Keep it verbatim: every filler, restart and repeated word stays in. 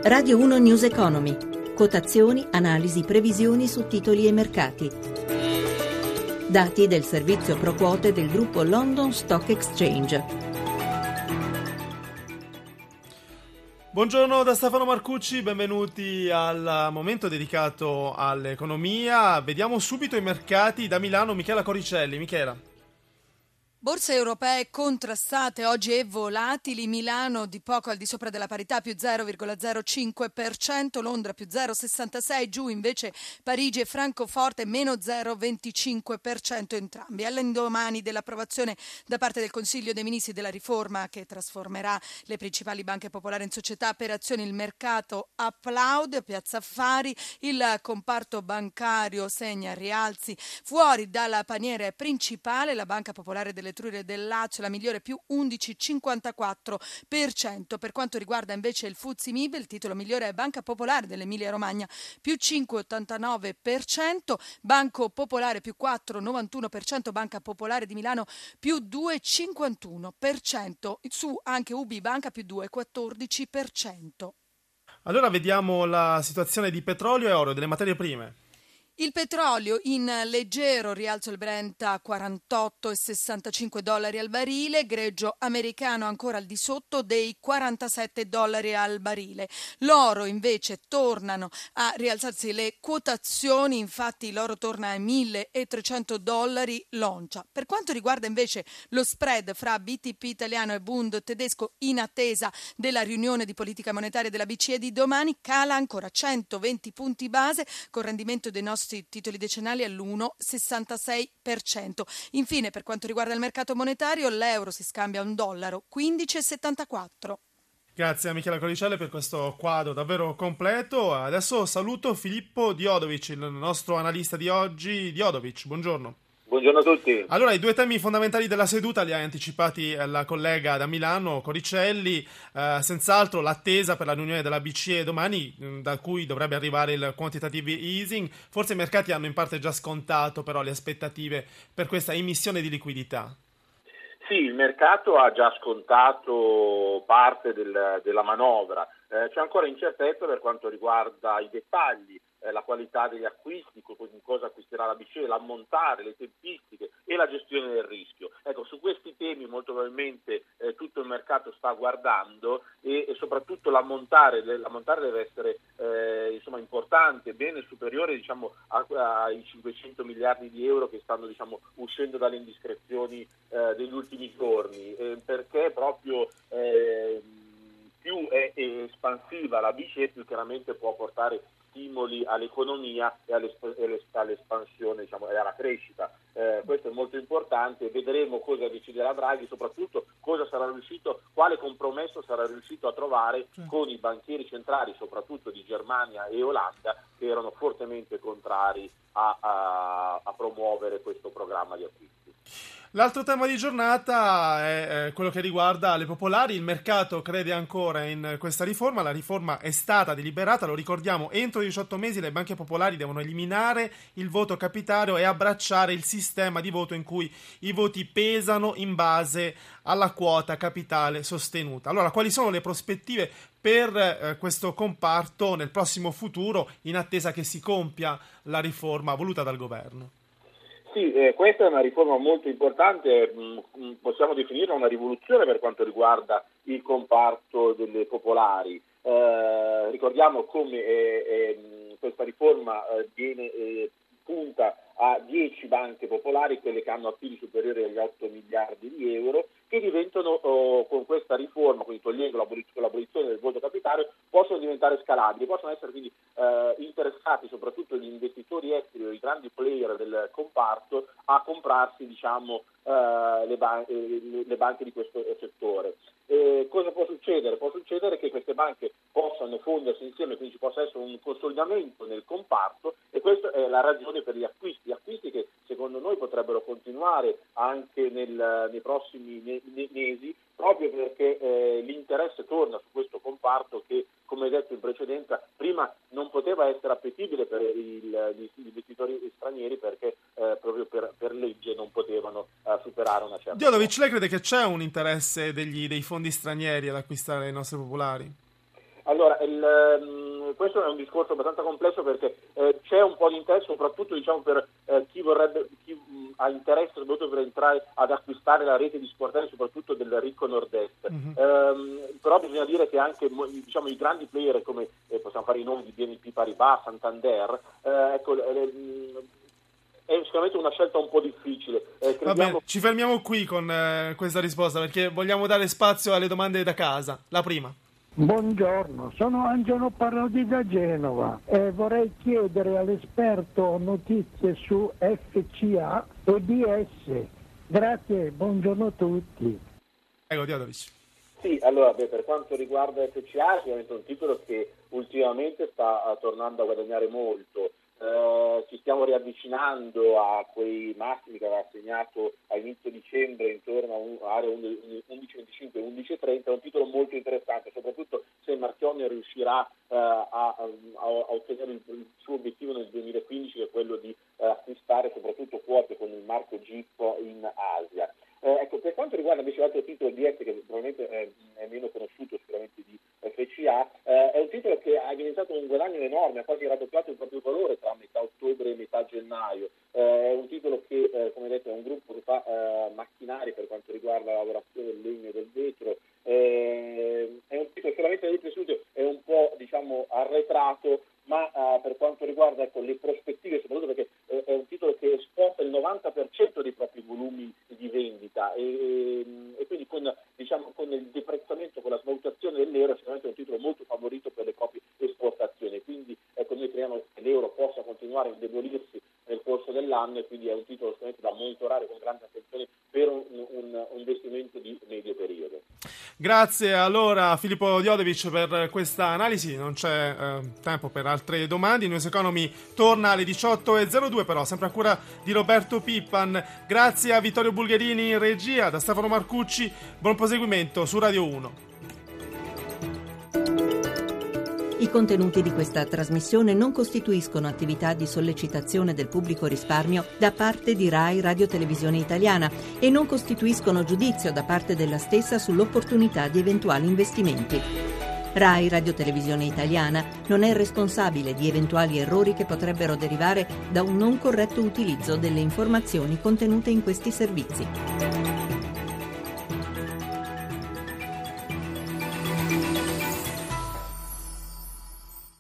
Radio uno News Economy. Quotazioni, analisi, previsioni su titoli e mercati. Dati del servizio pro quote del gruppo London Stock Exchange. Buongiorno da Stefano Marcucci, benvenuti al momento dedicato all'economia. Vediamo subito i mercati da Milano. Michela Coricelli. Michela. Borse europee contrastate oggi e volatili. Milano di poco al di sopra della parità, più zero virgola zero cinque per cento, Londra più zero virgola sessantasei, giù invece Parigi e Francoforte meno zero virgola venticinque per cento entrambi. All'indomani dell'approvazione da parte del Consiglio dei Ministri della riforma che trasformerà le principali banche popolari in società per azioni, il mercato applaude. Piazza Affari, il comparto bancario segna rialzi fuori dalla paniera principale. La Banca Popolare delle Etrurie del Lazio, la migliore, più undici virgola cinquantaquattro per cento. Per quanto riguarda invece il F T S E M I B, il titolo migliore è Banca Popolare dell'Emilia Romagna, più cinque virgola ottantanove per cento, Banco Popolare più quattro virgola novantuno per cento, Banca Popolare di Milano più due virgola cinquantuno per cento, su anche U B I Banca più due virgola quattordici per cento. Allora vediamo la situazione di petrolio e oro, delle materie prime. Il petrolio in leggero rialzo, il Brent a quarantotto virgola sessantacinque dollari al barile, greggio americano ancora al di sotto dei quarantasette dollari al barile. L'oro invece tornano a rialzarsi le quotazioni, infatti l'oro torna ai milletrecento dollari l'oncia. Per quanto riguarda invece lo spread fra B T P italiano e Bund tedesco, in attesa della riunione di politica monetaria della B C E di domani, cala ancora centoventi punti base con rendimento dei nostri titoli decennali all'uno virgola sessantasei per cento. Infine, per quanto riguarda il mercato monetario, l'euro si scambia a un dollaro quindici virgola settantaquattro. Grazie a Michela Coricelli per questo quadro davvero completo. Adesso saluto Filippo Diodovic, il nostro analista di oggi. Diodovic, buongiorno. Buongiorno a tutti. Allora, i due temi fondamentali della seduta li ha anticipati la collega da Milano, Coricelli. Eh, senz'altro l'attesa per la riunione della B C E domani, da cui dovrebbe arrivare il quantitative easing. Forse i mercati hanno in parte già scontato però le aspettative per questa emissione di liquidità. Sì, il mercato ha già scontato parte del, della manovra. Eh, c'è ancora incertezza per quanto riguarda i dettagli, eh, la qualità degli acquisti, cosa acquisterà la B C E, l'ammontare, le tempistiche e la gestione del rischio. Ecco, su questi temi molto probabilmente eh, tutto il mercato sta guardando e, e soprattutto l'ammontare, l'ammontare deve essere eh, insomma importante, bene superiore diciamo a, ai cinquecento miliardi di euro che stanno diciamo uscendo dalle indiscrezioni eh, degli ultimi giorni, eh, perché proprio eh, più è espansiva la B C E, più chiaramente può portare stimoli all'economia e all'espansione diciamo, e alla crescita. Eh, questo è molto importante, vedremo cosa deciderà Draghi, soprattutto cosa sarà riuscito, quale compromesso sarà riuscito a trovare con i banchieri centrali, soprattutto di Germania e Olanda, che erano fortemente contrari a, a, a promuovere questo programma di acquisti. L'altro tema di giornata è quello che riguarda le popolari. Il mercato crede ancora in questa riforma. La riforma è stata deliberata, lo ricordiamo, entro diciotto mesi le banche popolari devono eliminare il voto capitario e abbracciare il sistema di voto in cui i voti pesano in base alla quota capitale sostenuta. Allora, quali sono le prospettive per eh, questo comparto nel prossimo futuro, in attesa che si compia la riforma voluta dal governo? Sì, eh, questa è una riforma molto importante, mh, possiamo definirla una rivoluzione per quanto riguarda il comparto delle popolari. Eh, ricordiamo come eh, eh, questa riforma eh, viene eh, punta a dieci banche popolari, quelle che hanno attivi superiori agli otto miliardi di euro, che diventano oh, con questa riforma, quindi togliendo l'abolizione del voto capitario, possono diventare scalabili, possono essere quindi eh, interessati soprattutto gli investitori esteri o i grandi player del comparto a comprarsi diciamo eh, le, ban- eh, le banche di questo settore. Eh, cosa può succedere? Può succedere che queste banche possano fondersi insieme, quindi ci possa essere un consolidamento nel comparto, e questa è la ragione per gli acquisti, acquisti che secondo noi potrebbero continuare anche nel, nei prossimi ne- ne- mesi, proprio perché eh, l'interesse torna su questo comparto che, come detto in precedenza, prima non poteva essere appetibile per il, gli investitori stranieri perché eh, proprio per, per legge non potevano uh, superare una certa... Diodovic, lei crede che c'è un interesse degli, dei fondi stranieri ad acquistare le nostre popolari? Allora, il, questo è un discorso abbastanza complesso perché eh, c'è un po' di interesse, soprattutto diciamo per eh, chi vorrebbe, chi mh, ha interesse soprattutto per entrare ad acquistare la rete di sportelli, soprattutto del ricco nord-est. Mm-hmm. Ehm, però bisogna dire che anche diciamo i grandi player come eh, possiamo fare i nomi di B N P Paribas, Santander, eh, ecco. Eh, È sicuramente una scelta un po' difficile. Eh, crediamo... Vabbè, ci fermiamo qui con eh, questa risposta perché vogliamo dare spazio alle domande da casa. La prima. Buongiorno, sono Angelo Parodi da Genova e vorrei chiedere all'esperto notizie su F C A e B S. Grazie, buongiorno a tutti. Prego, Diodovic. Sì, allora beh, per quanto riguarda F C A è sicuramente un titolo che ultimamente sta uh, tornando a guadagnare molto. Uh, ci stiamo riavvicinando a quei massimi che aveva segnato a inizio dicembre intorno a un, area undici venticinque undici trenta. È un titolo molto interessante, soprattutto se Marchionne riuscirà uh, a, a, a ottenere il, il suo obiettivo nel duemilaquindici, che è quello di uh, acquistare soprattutto quote con il marchio Jeep in Asia. Eh, ecco, per quanto riguarda invece l'altro titolo di S, che probabilmente è, è meno conosciuto sicuramente di F C A, eh, è un titolo che ha evidenziato un guadagno enorme, ha quasi raddoppiato il proprio valore tra metà ottobre e metà gennaio. Eh, è un titolo che, eh, come detto, è un gruppo che fa eh, macchinari per quanto riguarda la lavorazione del legno e del vetro. Eh, è un titolo che solamente nel tessuto è un po' diciamo arretrato, ma eh, per quanto riguarda ecco, le prospettive, soprattutto perché eh, è un titolo che esporta il novanta per cento dei propri volumi di vendita e, e quindi con, diciamo, con il deprezzamento, con la svalutazione dell'euro è sicuramente un titolo molto favorito per le proprie esportazioni. Quindi ecco, noi crediamo che l'euro possa continuare a indebolirsi nel corso dell'anno e quindi è un titolo sicuramente da monitorare con grande attenzione per un, un, un investimento di medio periodo. Grazie allora Filippo Diodovic per questa analisi, non c'è eh, tempo per altre domande. News Economy torna alle diciotto e zero due, però sempre a cura di Roberto Pippan. Grazie a Vittorio Bulgherini in regia, da Stefano Marcucci, buon proseguimento su Radio uno. I contenuti di questa trasmissione non costituiscono attività di sollecitazione del pubblico risparmio da parte di Rai Radio Televisione Italiana e non costituiscono giudizio da parte della stessa sull'opportunità di eventuali investimenti. Rai Radio Televisione Italiana non è responsabile di eventuali errori che potrebbero derivare da un non corretto utilizzo delle informazioni contenute in questi servizi.